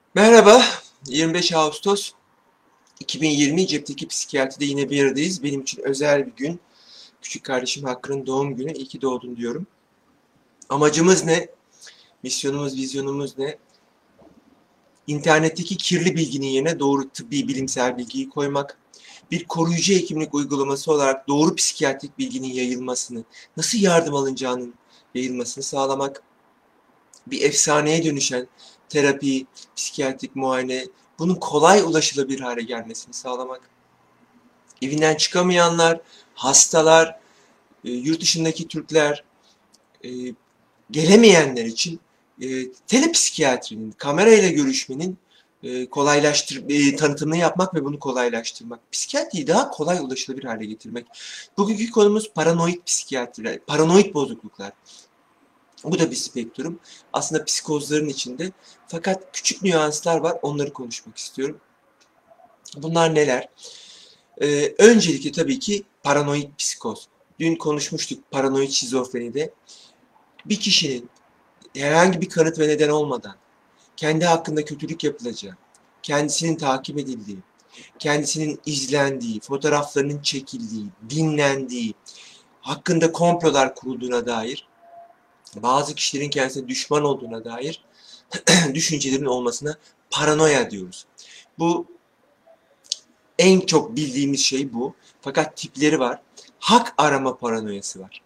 Merhaba, 25 Ağustos 2020 Cepteki Psikiyatri'de yine bir aradayız. Benim için özel bir gün. Küçük kardeşim Hakkı'nın doğum günü. İyi ki doğdun diyorum. Amacımız ne? Misyonumuz, vizyonumuz ne? İnternetteki kirli bilginin yerine doğru tıbbi bilimsel bilgiyi koymak. Bir koruyucu hekimlik uygulaması olarak doğru psikiyatrik bilginin yayılmasını, nasıl yardım alınacağının yayılmasını sağlamak. Bir efsaneye dönüşen terapi, psikiyatrik muayene, bunun kolay ulaşılabilir hale gelmesini sağlamak. Evinden çıkamayanlar, hastalar, yurt dışındaki Türkler, e, gelemeyenler için telepsikiyatrinin, kamerayla görüşmenin tanıtımını yapmak ve bunu kolaylaştırmak. Psikiyatriyi daha kolay ulaşılabilir hale getirmek. Bugünkü konumuz paranoid psikiyatri, paranoid bozukluklar. Bu da bir spektrum. Aslında psikozların içinde. Fakat küçük nüanslar var. Onları konuşmak istiyorum. Bunlar neler? Öncelikle tabii ki paranoid psikoz. Dün konuşmuştuk paranoid şizofrenide. Bir kişinin herhangi bir kanıt ve neden olmadan kendi hakkında kötülük yapılacağı, kendisinin takip edildiği, kendisinin izlendiği, fotoğraflarının çekildiği, dinlendiği, hakkında komplolar kurulduğuna dair, bazı kişilerin kendisine düşman olduğuna dair düşüncelerin olmasına paranoya diyoruz. Bu en çok bildiğimiz şey bu. Fakat tipleri var. Hak arama paranoyası var.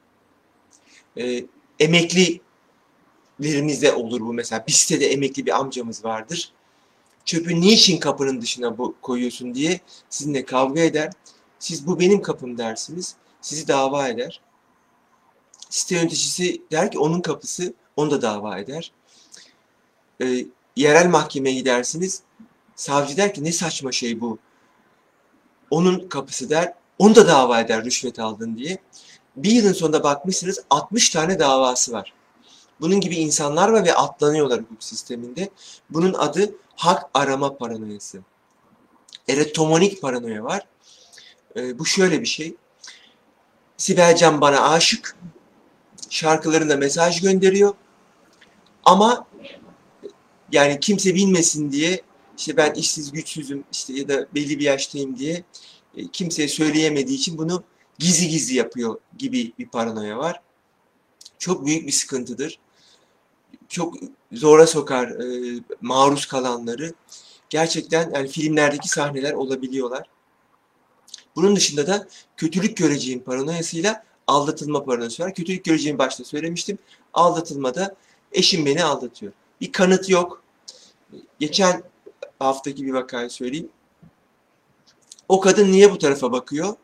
Emeklilerimizde olur bu mesela. Bir sitede emekli bir amcamız vardır. Çöpü niçin kapının dışına koyuyorsun diye sizinle kavga eder. Siz bu benim kapım dersiniz. Sizi dava eder. Site yöneticisi der ki onun kapısı, onu da dava eder. E, Yerel mahkemeye gidersiniz. Savcı der ki ne saçma şey bu. Onun kapısı der, onu da dava eder rüşvet aldın diye. Bir yılın sonunda bakmışsınız 60 tane davası var. Bunun gibi insanlar var ve atlanıyorlar hukuk sisteminde. Bunun adı hak arama paranoyası. Erotomonik paranoya var. Bu şöyle bir şey. Sibel Can bana aşık. Şarkılarında mesaj gönderiyor. Ama yani kimse bilmesin diye işte ben işsiz güçsüzüm işte ya da belli bir yaştayım diye kimseye söyleyemediği için bunu gizli gizli yapıyor gibi bir paranoya var. Çok büyük bir sıkıntıdır. Çok zora sokar maruz kalanları. Gerçekten yani filmlerdeki sahneler olabiliyorlar. Bunun dışında da kötülük göreceğim paranoyasıyla aldatılma paranoyası var. Kötülük göreceğimi başta söylemiştim. Aldatılmada eşim beni aldatıyor. Bir kanıt yok. Geçen haftaki bir vakayı söyleyeyim. O kadın niye bu tarafa bakıyor?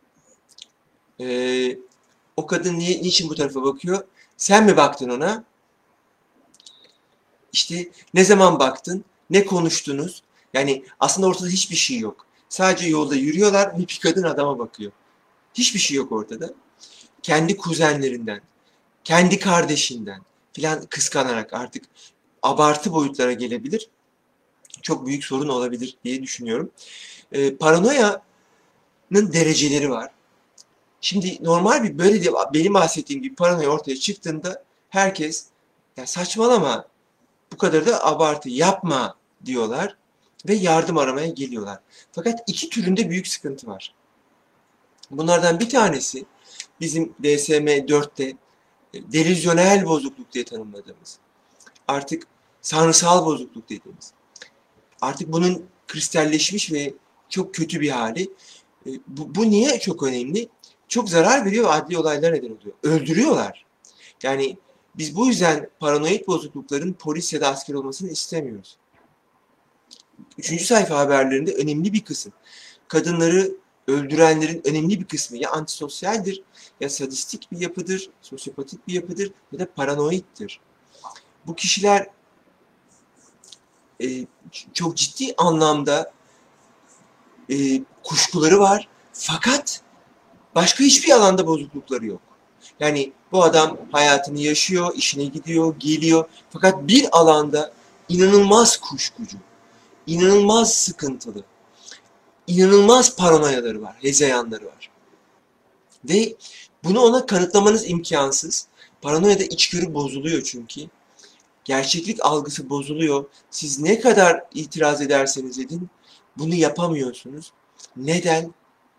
Ee, O kadın niçin bu tarafa bakıyor? Sen mi baktın ona? İşte ne zaman baktın? Ne konuştunuz? Yani aslında ortada hiçbir şey yok. Sadece yolda yürüyorlar ve bir kadın adama bakıyor. Hiçbir şey yok ortada. Kendi kuzenlerinden, kendi kardeşinden filan kıskanarak artık abartı boyutlara gelebilir. Çok büyük sorun olabilir diye düşünüyorum. Paranoyanın dereceleri var. Şimdi normal bir böyle de benim bahsettiğim gibi paranoya ortaya çıktığında herkes ya saçmalama bu kadar da abartı yapma diyorlar ve yardım aramaya geliyorlar. Fakat iki türünde büyük sıkıntı var. Bunlardan bir tanesi bizim DSM-4'te delüzyonel bozukluk diye tanımladığımız, artık sanrısal bozukluk dediğimiz, artık bunun kristalleşmiş ve çok kötü bir hali. Bu niye çok önemli? Çok zarar veriyor ve adli olaylar neden oluyor. Öldürüyorlar. Yani biz bu yüzden paranoid bozuklukların polis ya da asker olmasını istemiyoruz. Üçüncü sayfa haberlerinde önemli bir kısım. Kadınları öldürenlerin önemli bir kısmı ya antisosyaldir, ya sadistik bir yapıdır, sosyopatik bir yapıdır ya da paranoiddir. Bu kişiler e, çok ciddi anlamda kuşkuları var. Fakat başka hiçbir alanda bozuklukları yok. Yani bu adam hayatını yaşıyor, işine gidiyor, geliyor. Fakat bir alanda inanılmaz kuşkucu, inanılmaz sıkıntılı, inanılmaz paranoyaları var, hezeyanları var. Ve bunu ona kanıtlamanız imkansız. Paranoyada içgörü bozuluyor çünkü. Gerçeklik algısı bozuluyor. Siz ne kadar itiraz ederseniz edin, bunu yapamıyorsunuz. Neden?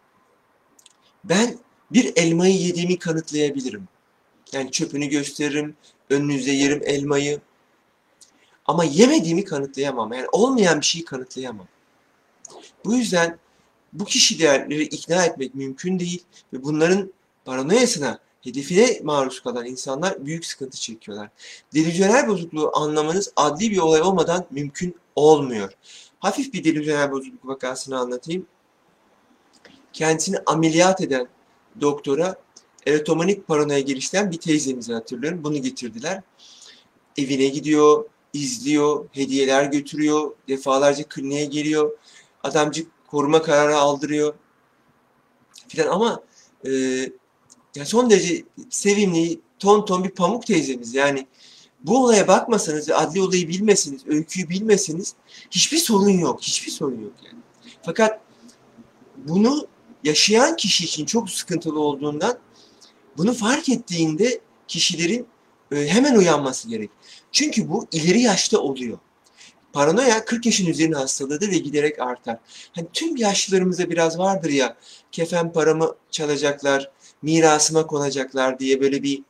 Ben bir elmayı yediğimi kanıtlayabilirim. Yani çöpünü gösteririm, önünüzde yerim elmayı. Ama yemediğimi kanıtlayamam. Yani olmayan bir şeyi kanıtlayamam. Bu yüzden bu kişileri ikna etmek mümkün değil ve bunların paranoyasına, hedefine maruz kalan insanlar büyük sıkıntı çekiyorlar. Delüzyonel bozukluğu anlamanız adli bir olay olmadan mümkün olmuyor. Hafif bir delüzyonel bozukluk vakasını anlatayım. Kendisini ameliyat eden doktora erotomanik paranoya geliştiren bir teyzemizi hatırlıyorum. Bunu getirdiler. Evine gidiyor, izliyor, hediyeler götürüyor, defalarca kliniğe geliyor. Adamcık koruma kararı aldırıyor filan ama e, ya son derece sevimli, ton bir pamuk teyzemiz. Yani bu olaya bakmasanız, adli olayı bilmeseniz, öyküyü bilmeseniz hiçbir sorun yok. Hiçbir sorun yok yani. Fakat bunu yaşayan kişi için çok sıkıntılı olduğundan bunu fark ettiğinde kişilerin hemen uyanması gerek. Çünkü bu ileri yaşta oluyor. Paranoya 40 yaşın üzerine hastalığıdır ve giderek artar. Hani tüm yaşlılarımızda biraz vardır ya, kefen paramı çalacaklar, mirasıma konacaklar diye böyle bir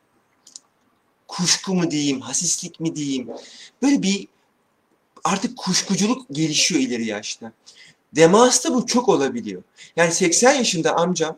kuşku mu diyeyim, hasislik mi diyeyim, böyle bir artık kuşkuculuk gelişiyor ileri yaşta. Demansta bu çok olabiliyor. Yani 80 yaşında amcam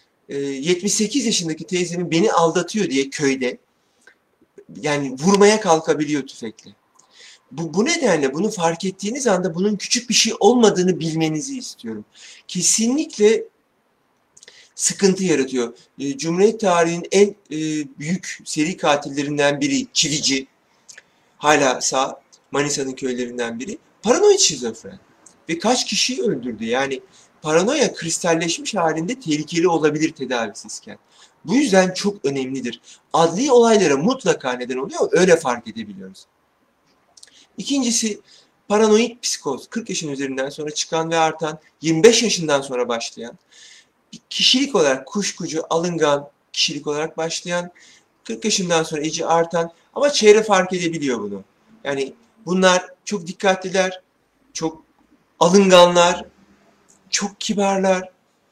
78 yaşındaki teyzemin beni aldatıyor diye köyde yani vurmaya kalkabiliyor tüfekle. Bu nedenle bunu fark ettiğiniz anda bunun küçük bir şey olmadığını bilmenizi istiyorum. Kesinlikle sıkıntı yaratıyor. Cumhuriyet tarihinin en büyük seri katillerinden biri Çivici, hala sağ, Manisa'nın köylerinden biri. Paranoid şizofren. Ve kaç kişiyi öldürdü. Yani paranoya kristalleşmiş halinde tehlikeli olabilir tedavisizken. Bu yüzden çok önemlidir. Adli olaylara mutlaka neden oluyor. Öyle fark edebiliyoruz. İkincisi paranoid psikoz. 40 yaşın üzerinden sonra çıkan ve artan, 25 yaşından sonra başlayan, kişilik olarak kuşkucu, alıngan kişilik olarak başlayan, 40 yaşından sonra iyice artan ama çevre fark edebiliyor bunu. Yani bunlar çok dikkatliler, çok alınganlar, çok kibarlar,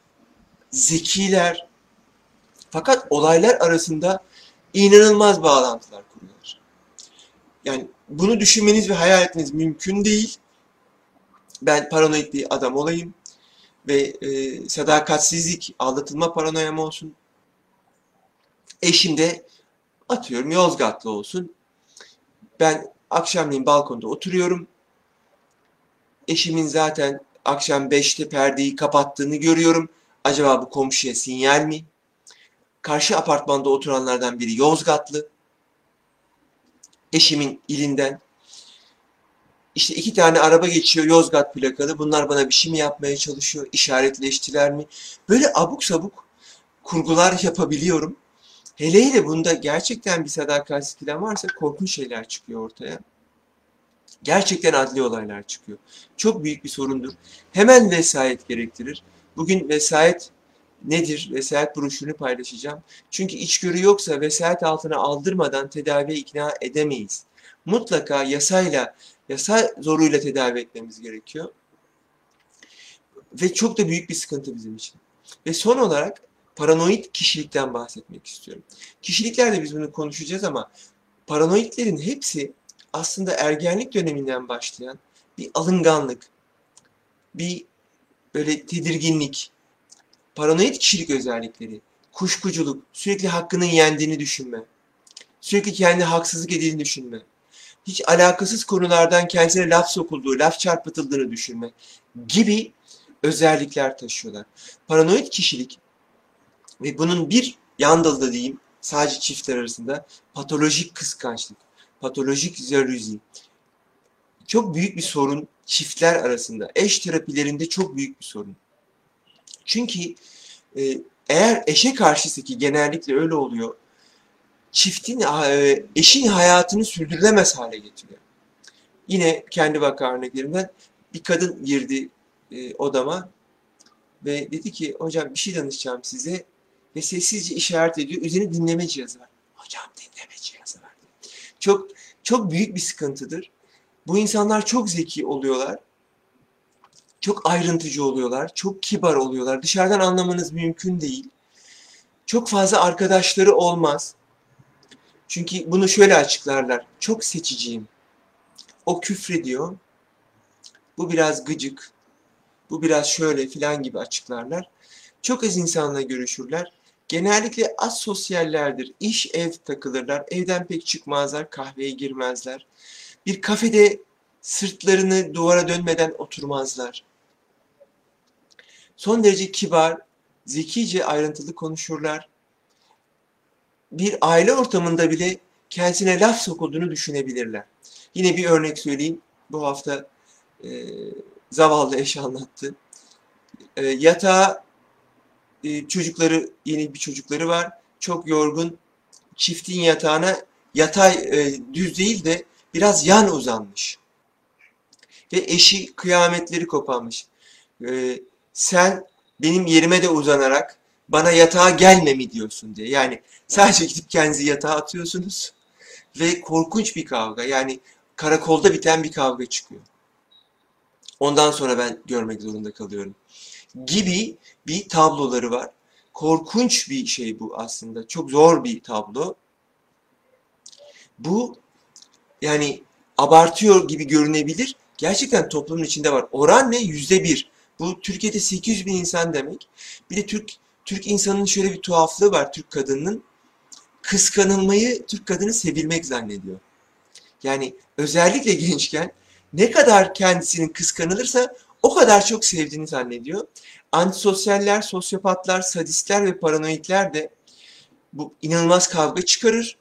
zekiler. Fakat olaylar arasında inanılmaz bağlantılar kuruyorlar. Yani bunu düşünmeniz ve hayal etmeniz mümkün değil. Ben paranoid bir adam olayım ve sadakatsizlik, aldatılma paranoyam olsun. Eşim de atıyorum Yozgatlı olsun. Ben akşamleyin balkonda oturuyorum. Eşimin zaten akşam 5'te perdeyi kapattığını görüyorum. Acaba bu komşuya sinyal mi? Karşı apartmanda oturanlardan biri Yozgatlı. Eşimin ilinden. İşte 2 tane araba geçiyor Yozgat plakalı. Bunlar bana bir şey mi yapmaya çalışıyor? İşaretleştiler mi? Böyle abuk sabuk kurgular yapabiliyorum. Hele hele bunda gerçekten bir sadakatsizlik falan varsa korkunç şeyler çıkıyor ortaya. Gerçekten adli olaylar çıkıyor. Çok büyük bir sorundur. Hemen vesayet gerektirir. Bugün vesayet nedir? Vesayet broşürünü paylaşacağım. Çünkü içgörü yoksa vesayet altına aldırmadan tedaviye ikna edemeyiz. Mutlaka yasayla, yasa zoruyla tedavi etmemiz gerekiyor. Ve çok da büyük bir sıkıntı bizim için. Ve son olarak paranoid kişilikten bahsetmek istiyorum. Kişiliklerde biz bunu konuşacağız ama paranoidlerin hepsi aslında ergenlik döneminden başlayan bir alınganlık, bir böyle tedirginlik, paranoid kişilik özellikleri, kuşkuculuk, sürekli hakkının yendiğini düşünme, sürekli kendi haksızlık edildiğini düşünme, hiç alakasız konulardan kendisine laf sokulduğu, laf çarpıtıldığını düşünme gibi özellikler taşıyorlar. Paranoid kişilik ve bunun bir yan dalı da diyeyim, sadece çiftler arasında patolojik kıskançlık, patolojik jeluzi. Çok büyük bir sorun çiftler arasında. Eş terapilerinde çok büyük bir sorun. Çünkü eğer eşe karşısı ki genellikle öyle oluyor, çiftin, eşin hayatını sürdürülemez hale getiriyor. Yine kendi vaka örneklerimden bir kadın girdi odama ve dedi ki hocam bir şey danışacağım size ve sessizce işaret ediyor. Üzerine dinleme cihazı var. Hocam dinleme cihazı var. Çok çok büyük bir sıkıntıdır. Bu insanlar çok zeki oluyorlar. Çok ayrıntıcı oluyorlar. Çok kibar oluyorlar. Dışarıdan anlamanız mümkün değil. Çok fazla arkadaşları olmaz. Çünkü bunu şöyle açıklarlar. Çok seçiciyim. O küfrediyor. Bu biraz gıcık. Bu biraz şöyle filan gibi açıklarlar. Çok az insanla görüşürler. Genellikle az sosyallerdir. İş, ev takılırlar. Evden pek çıkmazlar. Kahveye girmezler. Bir kafede sırtlarını duvara dönmeden oturmazlar. Son derece kibar, zekice ayrıntılı konuşurlar. Bir aile ortamında bile kendisine laf sokulduğunu düşünebilirler. Yine bir örnek söyleyeyim. Bu hafta e, zavallı eş anlattı. Yatağa yeni bir çocukları var. Çok yorgun. Çiftin yatağına yatay düz değil de biraz yan uzanmış. Ve eşi kıyametleri koparmış. Sen benim yerime de uzanarak bana yatağa gelme mi diyorsun diye. Yani sadece gidip kendinizi yatağa atıyorsunuz ve korkunç bir kavga. Yani karakolda biten bir kavga çıkıyor. Ondan sonra ben görmek zorunda kalıyorum. Gibi bir tabloları var. Korkunç bir şey bu aslında. Çok zor bir tablo. Bu yani abartıyor gibi görünebilir. Gerçekten toplumun içinde var. Oran ne? %1. Bu Türkiye'de 800 bin insan demek. Bir de Türk insanının şöyle bir tuhaflığı var, Türk kadının. Kıskanılmayı Türk kadını sevilmek zannediyor. Yani özellikle gençken ne kadar kendisinin kıskanılırsa o kadar çok sevdiğini zannediyor. Antisosyaller, sosyopatlar, sadistler ve paranoidler de bu inanılmaz kavga çıkarır,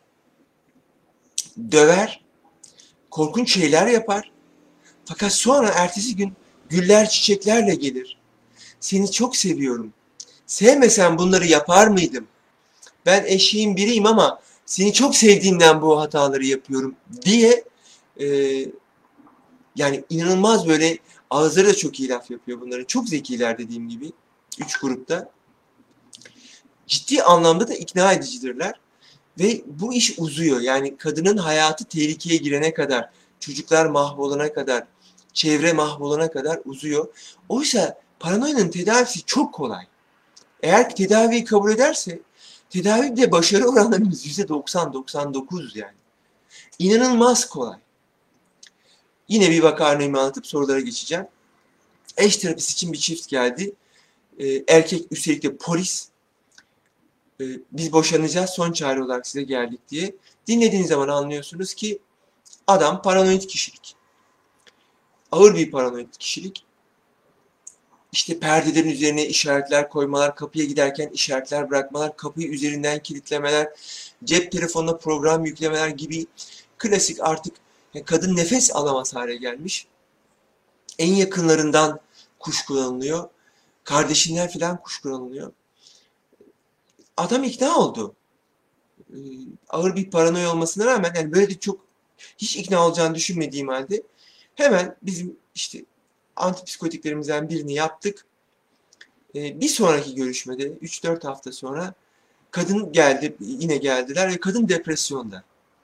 döver, korkunç şeyler yapar. Fakat sonra ertesi gün güller çiçeklerle gelir. Seni çok seviyorum. Sevmesem bunları yapar mıydım? Ben eşeğin biriyim ama seni çok sevdiğimden bu hataları yapıyorum diye e, yani inanılmaz böyle ağızları da çok iyi laf yapıyor bunların. Çok zekiler dediğim gibi. Üç grupta. Ciddi anlamda da ikna edicidirler. Ve bu iş uzuyor. Yani kadının hayatı tehlikeye girene kadar, çocuklar mahvolana kadar, çevre mahvolana kadar uzuyor. Oysa paranoyanın tedavisi çok kolay. Eğer tedaviyi kabul ederse, tedavide başarı oranlarımız %90-99 yani. İnanılmaz kolay. Yine bir vaka örneğimi anlatıp sorulara geçeceğim. Eş terapisi için bir çift geldi. Erkek üstelik de polis. Biz boşanacağız, son çare olarak size geldik diye. Dinlediğiniz zaman anlıyorsunuz ki adam paranoid kişilik. Ağır bir paranoid kişilik. İşte perdelerin üzerine işaretler koymalar, kapıya giderken işaretler bırakmalar, kapıyı üzerinden kilitlemeler, cep telefonuna program yüklemeler gibi klasik artık kadın nefes alamaz hale gelmiş. En yakınlarından kuşkulanılıyor. Kardeşinden filan kuşkulanılıyor. Adam ikna oldu. Ağır bir paranoya olmasına rağmen yani böyle de çok hiç ikna olacağını düşünmediğim halde hemen bizim işte antipsikotiklerimizden birini yaptık. Bir sonraki görüşmede 3-4 hafta sonra kadın geldi, yine geldiler ve kadın depresyonda.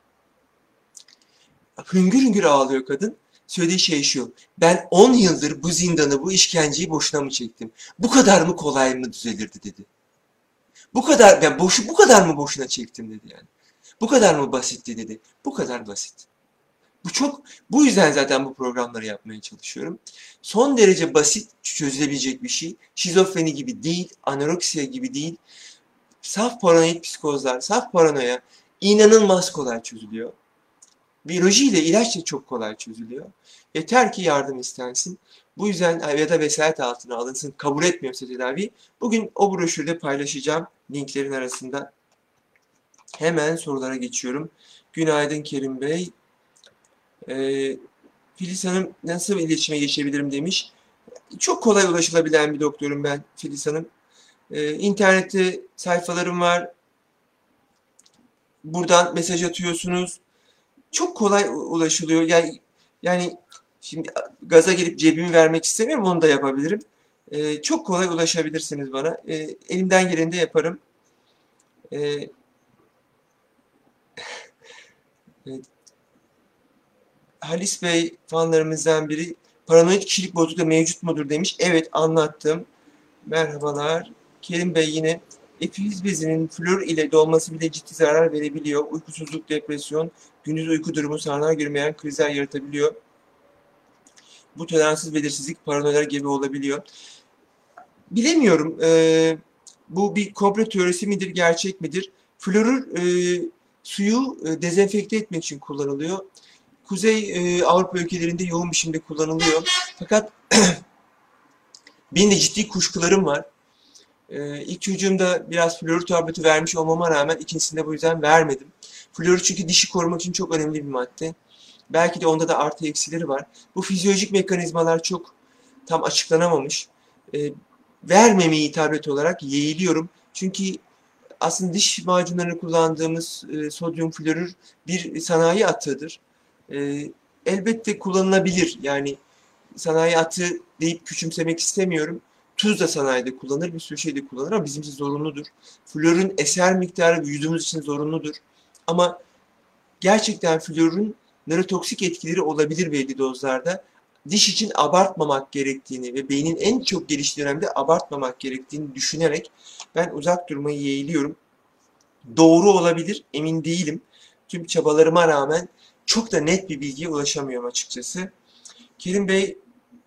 Hüngür hüngür ağlıyor kadın. Söylediği şey şu: ben 10 yıldır bu zindanı, bu işkenceyi boşuna mı çektim? Bu kadar mı kolay mı düzelirdi dedi. Bu kadar, ben bu kadar mı boşuna çektim dedi yani. Bu kadar mı basitti dedi. Bu kadar basit. Bu yüzden zaten bu programları yapmaya çalışıyorum. Son derece basit çözülebilecek bir şey. Şizofreni gibi değil, anoreksiya gibi değil. Saf paranoid psikozlar, saf paranoya inanılmaz kolay çözülüyor. Biyolojiyle, ilaçla çok kolay çözülüyor. Yeter ki yardım istensin. Bu yüzden ya da vesayet altına alınsın. Kabul etmiyorsa tedavi. Bugün o broşürde paylaşacağım linklerin arasında. Hemen sorulara geçiyorum. Günaydın Kerim Bey. Filiz Hanım nasıl iletişime geçebilirim demiş. Çok kolay ulaşılabilen bir doktorum ben Filiz Hanım. İnternette sayfalarım var. Buradan mesaj atıyorsunuz. Çok kolay ulaşılıyor. Yani şimdi gaza gelip cebimi vermek istemiyorum. Onu da yapabilirim. Çok kolay ulaşabilirsiniz bana. Elimden geleni de yaparım. Ee, Halis Bey fanlarımızdan biri paranoid kişilik bozukluğu mevcut mudur demiş. Evet, anlattım. Merhabalar. Kerim Bey yine epifiz bezinin flor ile dolması bile ciddi zarar verebiliyor. Uykusuzluk, depresyon, gündüz uyku durumu, sahneler görmeyen krizler yaratabiliyor. Bu toleranssız belirsizlik paranoyalar gibi olabiliyor. Bilemiyorum. Bu bir komplo teorisi midir, gerçek midir? Florür suyu dezenfekte etmek için kullanılıyor. Kuzey Avrupa ülkelerinde yoğun biçimde kullanılıyor. Fakat benim de ciddi kuşkularım var. İlk çocuğumda biraz florür tableti vermiş olmama rağmen ikincisinde bu yüzden vermedim. Florür çünkü dişi korumak için çok önemli bir madde. Belki de onda da artı eksileri var. Bu fizyolojik mekanizmalar çok tam açıklanamamış. Ee, Vermemeyi tablet olarak yeğliyorum. Çünkü aslında diş macunlarını kullandığımız sodyum florür bir sanayi atığıdır. Elbette kullanılabilir. Yani sanayi atığı deyip küçümsemek istemiyorum. Tuz da sanayide kullanılır, bir sürü şeyde kullanılır ama bizim için zorunludur. Florun eser miktarı vücudumuz için zorunludur. Ama gerçekten florun nörotoksik etkileri olabilir belli dozlarda. Diş için abartmamak gerektiğini ve beynin en çok geliştiği dönemde abartmamak gerektiğini düşünerek ben uzak durmayı yeğliyorum. Doğru olabilir, emin değilim. Tüm çabalarıma rağmen çok da net bir bilgiye ulaşamıyorum açıkçası. Kerim Bey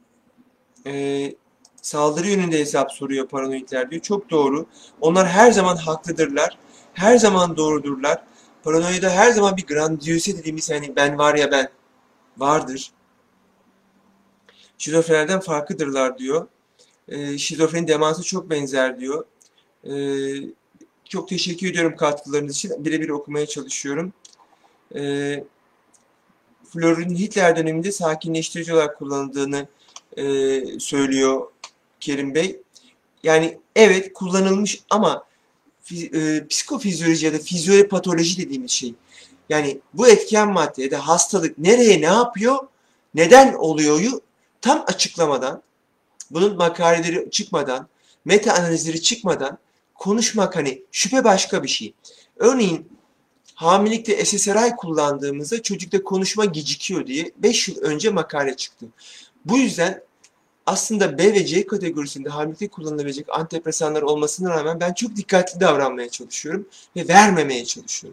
saldırı yönünde hesap soruyor paranoidler diyor. Çok doğru. Onlar her zaman haklıdırlar. Her zaman doğrudurlar. Paranoyada her zaman bir grandiyose dediğimiz hani ben var ya ben vardır. Şizofreniden farklıdırlar diyor. Şizofreni demansa çok benzer diyor. E, Çok teşekkür ediyorum katkılarınız için. Birebir okumaya çalışıyorum. E, Flor'un Hitler döneminde sakinleştirici olarak kullanıldığını söylüyor Kerim Bey. Yani evet kullanılmış ama psikofizyoloji ya da fizyopatoloji dediğimiz şey. Yani bu etken madde ya da hastalık nereye ne yapıyor, neden oluyoryu tam açıklamadan, bunun makaleleri çıkmadan, meta analizleri çıkmadan konuşmak hani şüphe başka bir şey. Örneğin hamilelikte SSRI kullandığımızda çocukta konuşma gecikiyor diye 5 yıl önce makale çıktı. Bu yüzden aslında B ve C kategorisinde hamilelikte kullanılabilecek antidepresanlar olmasına rağmen ben çok dikkatli davranmaya çalışıyorum ve vermemeye çalışıyorum.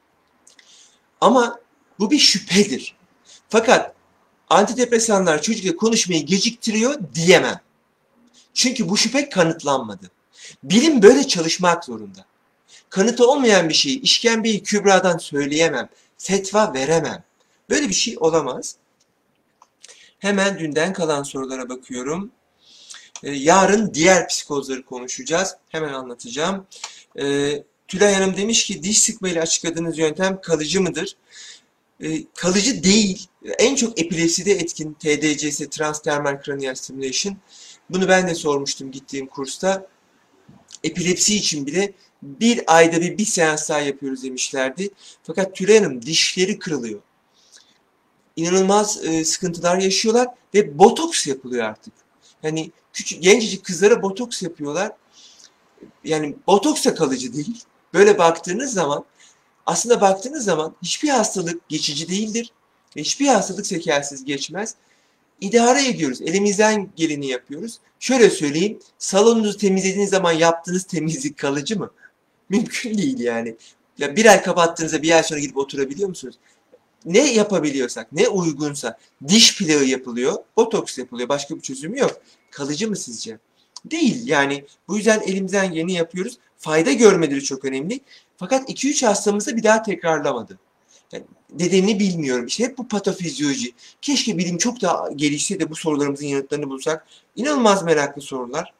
Ama bu bir şüphedir. Fakat antidepresanlar çocukla konuşmayı geciktiriyor diyemem. Çünkü bu şüphe kanıtlanmadı. Bilim böyle çalışmak zorunda. Kanıtı olmayan bir şeyi işkembeyi kübradan söyleyemem. Fetva veremem. Böyle bir şey olamaz. Hemen dünden kalan sorulara bakıyorum. Yarın diğer psikozları konuşacağız. Hemen anlatacağım. Tülay Hanım demiş ki diş sıkma ile açıkladığınız yöntem kalıcı mıdır? Kalıcı değil. En çok epilepside etkin TDCS, Transdermal Cranial Stimulation. Bunu ben de sormuştum gittiğim kursta. Epilepsi için bile bir ayda bir seans daha yapıyoruz demişlerdi. Fakat Tülay Hanım dişleri kırılıyor. İnanılmaz sıkıntılar yaşıyorlar ve botoks yapılıyor artık. Yani küçük gencecik kızlara botoks yapıyorlar. Yani botoks da kalıcı değil. Böyle baktığınız zaman hiçbir hastalık geçici değildir. Hiçbir hastalık sekelsiz geçmez. İdare ediyoruz. Elimizden geleni yapıyoruz. Şöyle söyleyeyim. Salonunuzu temizlediğiniz zaman yaptığınız temizlik kalıcı mı? Mümkün değil yani. Ya bir ay kapattığınızda bir ay sonra gidip oturabiliyor musunuz? Ne yapabiliyorsak, ne uygunsa diş plağı yapılıyor, botoks yapılıyor. Başka bir çözümü yok. Kalıcı mı sizce? Değil yani. Bu yüzden elimizden geleni yapıyoruz. Fayda görmeleri çok önemli. Fakat 2-3 hastamızda bir daha tekrarlamadı. Yani nedenini bilmiyorum. İşte hep bu patofizyoloji. Keşke bilim çok daha gelişse de bu sorularımızın yanıtlarını bulsak. İnanılmaz meraklı sorular.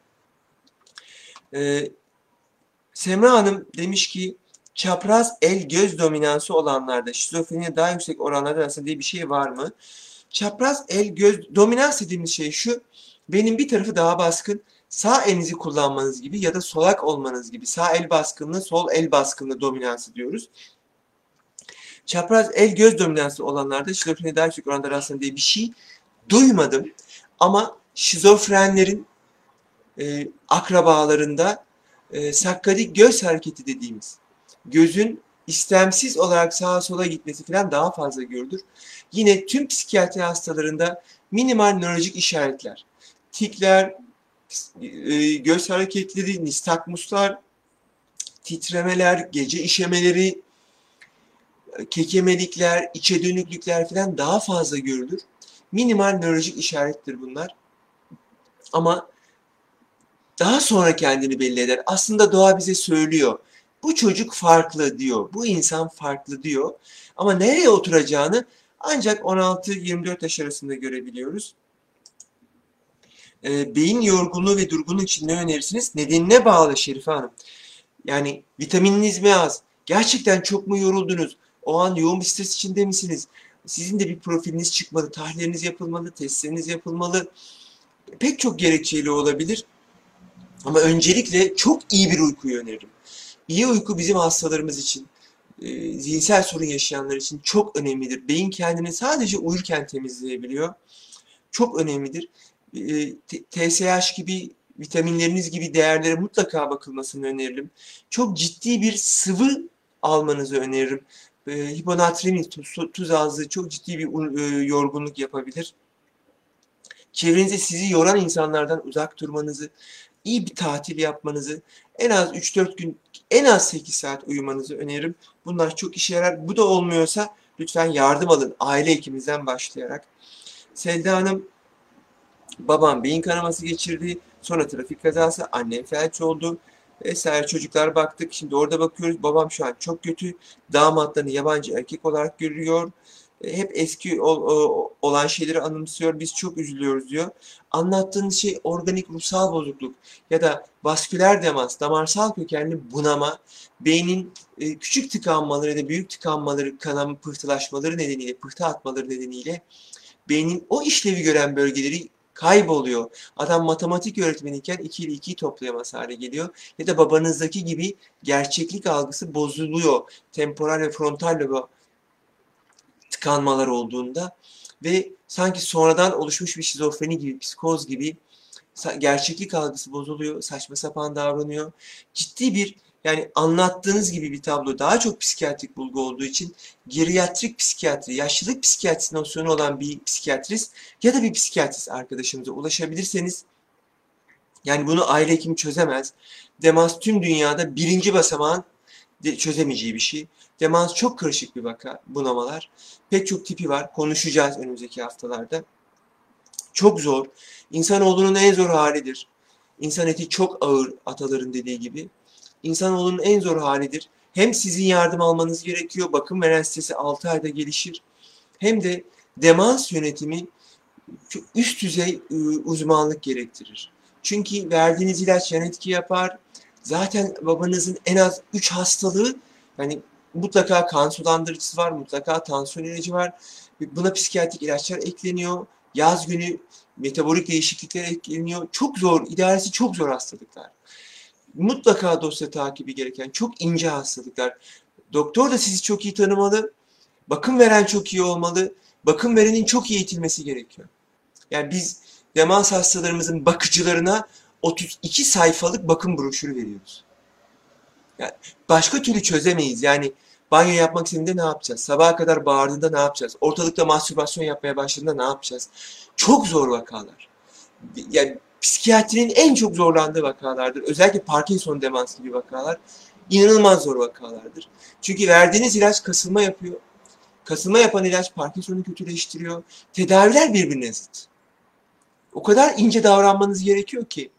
Semra Hanım demiş ki çapraz el göz dominansı olanlarda şizofreni daha yüksek oranlarda arasında diye bir şey var mı? Çapraz el göz dominans dediğimiz şey şu. Benim bir tarafı daha baskın. Sağ elinizi kullanmanız gibi ya da solak olmanız gibi. Sağ el baskınlığı, sol el baskınlığı dominansı diyoruz. Çapraz el göz dominansı olanlarda şizofreni daha yüksek oranda rastlanır diye bir şey duymadım. Ama şizofrenlerin akrabalarında sakkadik göz hareketi dediğimiz gözün istemsiz olarak sağa sola gitmesi falan daha fazla görülür. Yine tüm psikiyatri hastalarında minimal nörolojik işaretler, tikler, göz hareketleri, nistagmuslar, titremeler, gece işemeleri, kekemelikler, içe dönüklükler falan daha fazla görülür. Minimal nörolojik işarettir bunlar. Ama daha sonra kendini belli eder. Aslında doğa bize söylüyor. Bu çocuk farklı diyor. Bu insan farklı diyor. Ama nereye oturacağını ancak 16-24 yaş arasında görebiliyoruz. Beyin yorgunluğu ve durgunluk için ne önerirsiniz? Nedenine bağlı Şerife Hanım. Yani vitamininiz mi az? Gerçekten çok mu yoruldunuz? O an yoğun bir stres içinde misiniz? Sizin de bir profiliniz çıkmalı, tahlilleriniz yapılmalı, testleriniz yapılmalı. Pek çok gerekçeli olabilir. Ama öncelikle çok iyi bir uykuyu öneririm. İyi uyku bizim hastalarımız için, zihinsel sorun yaşayanlar için çok önemlidir. Beyin kendini sadece uyurken temizleyebiliyor. Çok önemlidir. TSH gibi, vitaminleriniz gibi değerlere mutlaka bakılmasını öneririm. Çok ciddi bir sıvı almanızı öneririm. Hiponatremi, tuz azlığı çok ciddi bir yorgunluk yapabilir. Çevrenizde sizi yoran insanlardan uzak durmanızı, iyi bir tatil yapmanızı, en az 3-4 gün, en az 8 saat uyumanızı öneririm. Bunlar çok işe yarar. Bu da olmuyorsa lütfen yardım alın. Aile hekimimizden başlayarak. Selda Hanım, babam beyin kanaması geçirdi. Sonra trafik kazası, annem felç oldu. Vesaire çocuklar baktık. Şimdi orada bakıyoruz. Babam şu an çok kötü. Damatlarını yabancı erkek olarak görüyor. Hep eski olan şeyleri anımsıyor. Biz çok üzülüyoruz diyor. Anlattığınız şey organik ruhsal bozukluk ya da vasküler demans, damarsal kökenli bunama, beynin küçük tıkanmaları ya da büyük tıkanmaları, kanama, pıhtılaşmaları nedeniyle, pıhtı atmaları nedeniyle beynin o işlevi gören bölgeleri kayboluyor. Adam matematik öğretmeniyken 2 ile 2'yi toplayamaz hale geliyor. Ya da babanızdaki gibi gerçeklik algısı bozuluyor. Temporal ve frontal lobe tıkanmalar olduğunda ve sanki sonradan oluşmuş bir şizofreni gibi, psikoz gibi gerçeklik algısı bozuluyor, saçma sapan davranıyor. Ciddi bir yani anlattığınız gibi bir tablo daha çok psikiyatrik bulgu olduğu için geriatrik psikiyatri, yaşlılık psikiyatrisi nosyonu olan bir psikiyatrist ya da bir psikiyatrist arkadaşımıza ulaşabilirseniz yani bunu aile hekimi çözemez. Demans tüm dünyada birinci basamağın çözemeyeceği bir şey. Demans çok karışık bir vaka, bunamalar. Pek çok tipi var. Konuşacağız önümüzdeki haftalarda. Çok zor. İnsanoğlunun en zor halidir. İnsan eti çok ağır ataların dediği gibi. İnsanoğlunun en zor halidir. Hem sizin yardım almanız gerekiyor. Bakım veren sitesi 6 ayda gelişir. Hem de demans yönetimi üst düzey uzmanlık gerektirir. Çünkü verdiğiniz ilaç yan etki yapar. Zaten babanızın en az 3 hastalığı yani mutlaka kan sulandırıcısı var, mutlaka tansiyon ilacı var. Buna psikiyatrik ilaçlar ekleniyor. Yaz günü metabolik değişiklikler ekleniyor. Çok zor, idaresi çok zor hastalıklar. Mutlaka dosya takibi gereken çok ince hastalıklar. Doktor da sizi çok iyi tanımalı. Bakım veren çok iyi olmalı. Bakım verenin çok iyi eğitilmesi gerekiyor. Yani biz demans hastalarımızın bakıcılarına 32 sayfalık bakım broşürü veriyoruz. Yani başka türlü çözemeyiz. Yani banyo yapmak istediğinde ne yapacağız? Sabaha kadar bağırdığında ne yapacağız? Ortalıkta mastürbasyon yapmaya başladığında ne yapacağız? Çok zor vakalar. Yani psikiyatrinin en çok zorlandığı vakalardır. Özellikle Parkinson demans gibi vakalar inanılmaz zor vakalardır. Çünkü verdiğiniz ilaç kasılma yapıyor. Kasılma yapan ilaç Parkinson'u kötüleştiriyor. Tedaviler birbirine zıt. O kadar ince davranmanız gerekiyor ki.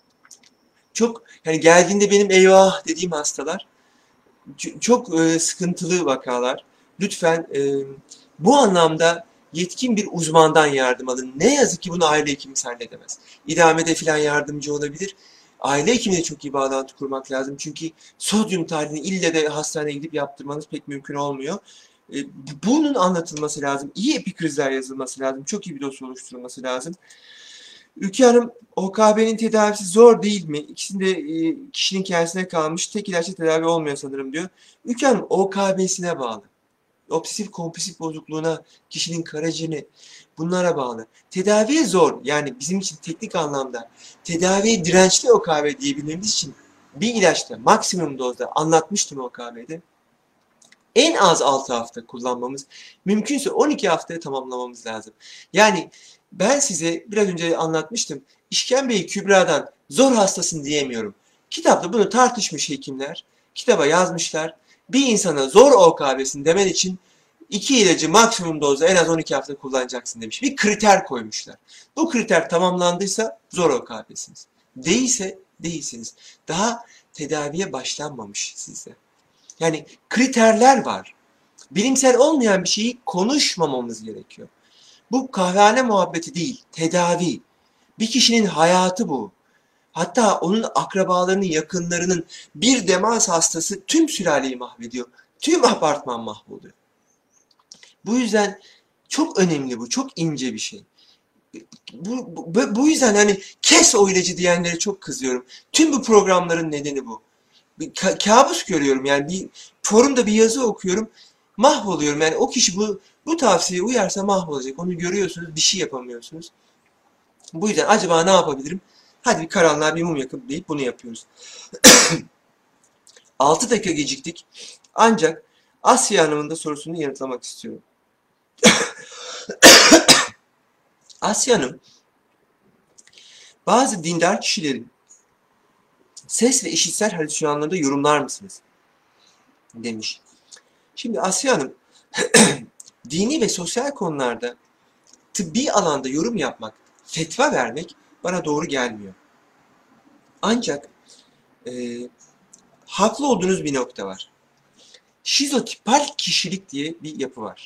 Çok yani geldiğinde benim eyvah dediğim hastalar çok sıkıntılı vakalar. Lütfen bu anlamda yetkin bir uzmandan yardım alın. Ne yazık ki bunu aile hekimimiz halledemez. İdamede falan yardımcı olabilir. Aile hekimine çok iyi bağlantı kurmak lazım. Çünkü sodyum tahlilini ille de hastaneye gidip yaptırmanız pek mümkün olmuyor. Bunun anlatılması lazım. İyi epikrizler yazılması lazım. Çok iyi bir dosya oluşturulması lazım. Ülke Hanım, OKB'nin tedavisi zor değil mi? İkisinde kişinin kendisine kalmış. Tek ilaçla tedavi olmuyor sanırım diyor. Ülke Hanım, OKB'sine bağlı. Obsesif kompulsif bozukluğuna, kişinin karaciğerine bunlara bağlı. Tedaviye zor. Yani bizim için teknik anlamda tedaviye dirençli OKB diyebilmemiz için bir ilaçta maksimum dozda anlatmıştım OKB'de. En az 6 hafta kullanmamız, mümkünse 12 haftaya tamamlamamız lazım. Yani ben size biraz önce anlatmıştım. İşkembeyi Kübra'dan zor hastasın diyemiyorum. Kitapta bunu tartışmış hekimler, kitaba yazmışlar. Bir insana zor OKB'sin demen için 2 ilacı maksimum dozda en az 12 hafta kullanacaksın demiş. Bir kriter koymuşlar. Bu kriter tamamlandıysa zor OKB'siniz. Değilse değilsiniz. Daha tedaviye başlanmamış sizde. Yani kriterler var. Bilimsel olmayan bir şeyi konuşmamamız gerekiyor. Bu kahvehane muhabbeti değil, tedavi. Bir kişinin hayatı bu. Hatta onun akrabalarının, yakınlarının bir demans hastası tüm sülaleyi mahvediyor. Tüm apartman mahvoluyor. Bu yüzden çok önemli bu, çok ince bir şey. Bu yüzden hani kes o ilacı diyenlere çok kızıyorum. Tüm bu programların nedeni bu. Bir kabus görüyorum yani bir forumda bir yazı okuyorum. Mahvoluyorum yani o kişi bu tavsiyeye uyarsa mahvolacak. Onu görüyorsunuz, bir şey yapamıyorsunuz. Bu yüzden acaba ne yapabilirim? Hadi bir karanlığa bir mum yakıp deyip bunu yapıyoruz. 6 dakika geciktik. Ancak Asya Hanım'ın da sorusunu yanıtlamak istiyorum. Asya Hanım, bazı dindar kişilerin ses ve işitsel halüsinasyonlarında yorumlar mısınız? Demiş. Şimdi Asya Hanım, dini ve sosyal konularda tıbbi alanda yorum yapmak, fetva vermek bana doğru gelmiyor. Ancak e, haklı olduğunuz bir nokta var. Şizotipal kişilik diye bir yapı var.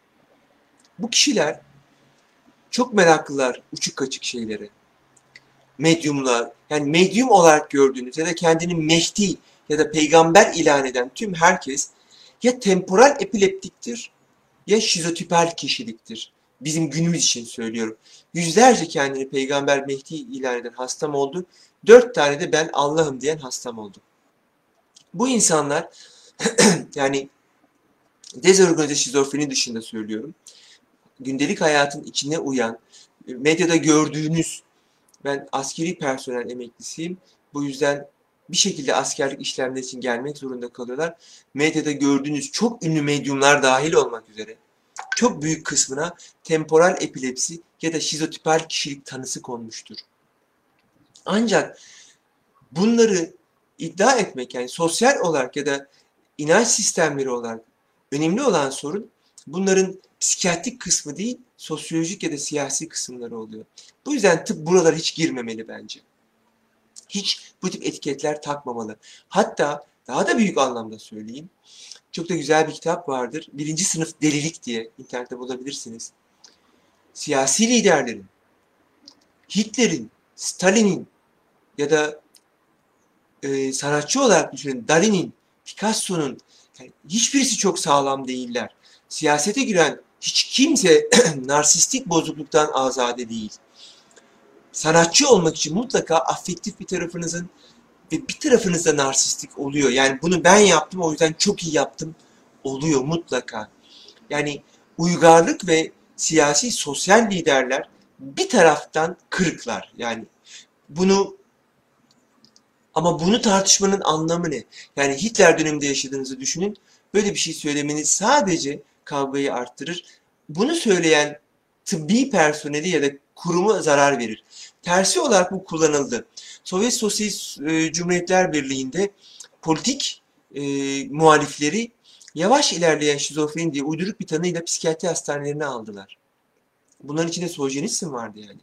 Bu kişiler çok meraklılar uçuk kaçık şeylere. Medyumlar, yani medyum olarak gördüğünüz ya da kendini Mehdi ya da peygamber ilan eden tüm herkes ya temporal epileptiktir ya şizotipal kişiliktir. Bizim günümüz için söylüyorum. Yüzlerce kendini peygamber Mehdi ilan eden hastam oldu. 4 tane de ben Allah'ım diyen hastam oldu. Bu insanlar yani dezorganize şizofreni dışında söylüyorum. Gündelik hayatın içine uyan, medyada gördüğünüz, ben askeri personel emeklisiyim. Bu yüzden bir şekilde askerlik işlemleri için gelmek zorunda kalıyorlar. Medyada gördüğünüz çok ünlü medyumlar dahil olmak üzere çok büyük kısmına temporal epilepsi ya da şizotipal kişilik tanısı konmuştur. Ancak bunları iddia etmek yani sosyal olarak ya da inanç sistemleri olarak önemli olan sorun bunların psikiyatrik kısmı değil, sosyolojik ya da siyasi kısımları oluyor. Bu yüzden tıp buralara hiç girmemeli bence. Hiç bu tip etiketler takmamalı. Hatta daha da büyük anlamda söyleyeyim. Çok da güzel bir kitap vardır. 1. Sınıf Delilik diye internette bulabilirsiniz. Siyasi liderlerin, Hitler'in, Stalin'in ya da sanatçı olarak düşünün Dali'nin, Picasso'nun yani hiçbirisi çok sağlam değiller. Siyasete giren hiç kimse narsistik bozukluktan azade değil. Sanatçı olmak için mutlaka afektif bir tarafınızın ve bir tarafınız da narsistik oluyor. Yani bunu ben yaptım o yüzden çok iyi yaptım oluyor mutlaka. Yani uygarlık ve siyasi sosyal liderler bir taraftan kırıklar. Yani bunu ama bunu tartışmanın anlamı ne? Yani Hitler döneminde yaşadığınızı düşünün. Böyle bir şey söylemeniz sadece kavgayı arttırır. Bunu söyleyen tıbbi personeli ya da kurumu zarar verir. Tersi olarak bu kullanıldı. Sovyet Sosyalist Cumhuriyetler Birliği'nde politik muhalifleri yavaş ilerleyen şizofreni diye uyduruk bir tanıyla psikiyatri hastanelerine aldılar. Bunların içinde Soljenitsin vardı yani.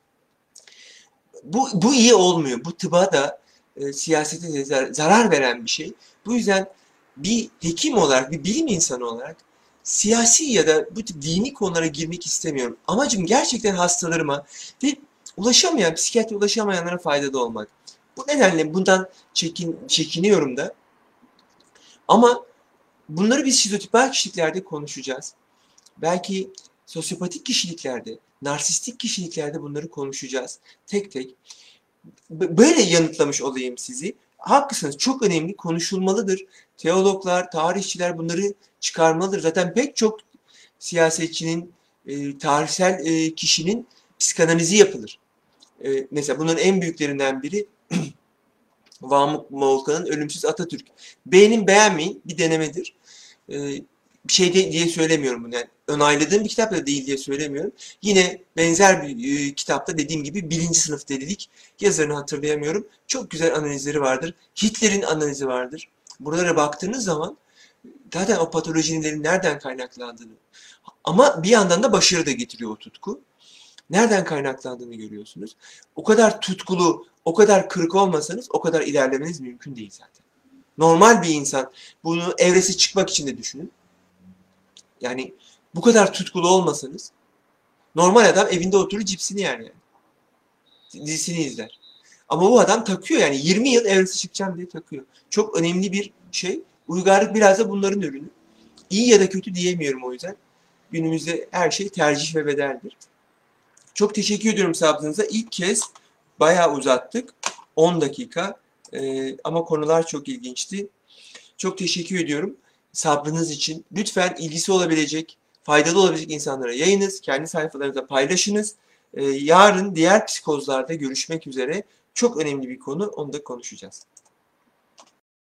Bu iyi olmuyor. Bu tıba da siyasete de zarar veren bir şey. Bu yüzden bir hekim olarak, bir bilim insanı olarak siyasi ya da bu tip dini konulara girmek istemiyorum. Amacım gerçekten hastalarıma ve psikiyatri ulaşamayanlara faydalı olmak. Bu nedenle bundan çekiniyorum da. Ama bunları biz şizotipal kişiliklerde konuşacağız. Belki sosyopatik kişiliklerde, narsistik kişiliklerde bunları konuşacağız. Tek tek. Böyle yanıtlamış olayım sizi. Haklısınız, çok önemli, konuşulmalıdır. Teologlar, tarihçiler bunları çıkarmalıdır. Zaten pek çok siyasetçinin, tarihsel kişinin psikanalizi yapılır. Mesela bunların en büyüklerinden biri Vahmut Molkan'ın Ölümsüz Atatürk. Beğenin beğenmeyin bir denemedir. Bir şey diye söylemiyorum bunu. Yani onayladığım bir kitap da değil diye söylemiyorum. Yine benzer bir kitapta dediğim gibi birinci sınıf dedik. Yazarını hatırlayamıyorum. Çok güzel analizleri vardır. Hitler'in analizi vardır. Buralara baktığınız zaman zaten o patolojilerin nereden kaynaklandığını ama bir yandan da başarı da getiriyor o tutku. Nereden kaynaklandığını görüyorsunuz. O kadar tutkulu, o kadar kırık olmasanız o kadar ilerlemeniz mümkün değil zaten. Normal bir insan bunu evresi çıkmak için de düşünün. Yani bu kadar tutkulu olmasanız normal adam evinde oturur cipsini yer yani. Dizisini izler. Ama bu adam takıyor yani 20 yıl evresi çıkacağım diye takıyor. Çok önemli bir şey. Uygarlık biraz da bunların ürünü. İyi ya da kötü diyemiyorum o yüzden. Günümüzde her şey tercih ve bedeldir. Çok teşekkür ediyorum sabrınıza. İlk kez bayağı uzattık. 10 dakika. Ama konular çok ilginçti. Çok teşekkür ediyorum sabrınız için. Lütfen ilgisi olabilecek, faydalı olabilecek insanlara yayınız. Kendi sayfalarınızda paylaşınız. Yarın diğer psikozlarda görüşmek üzere. Çok önemli bir konu. Onu da konuşacağız.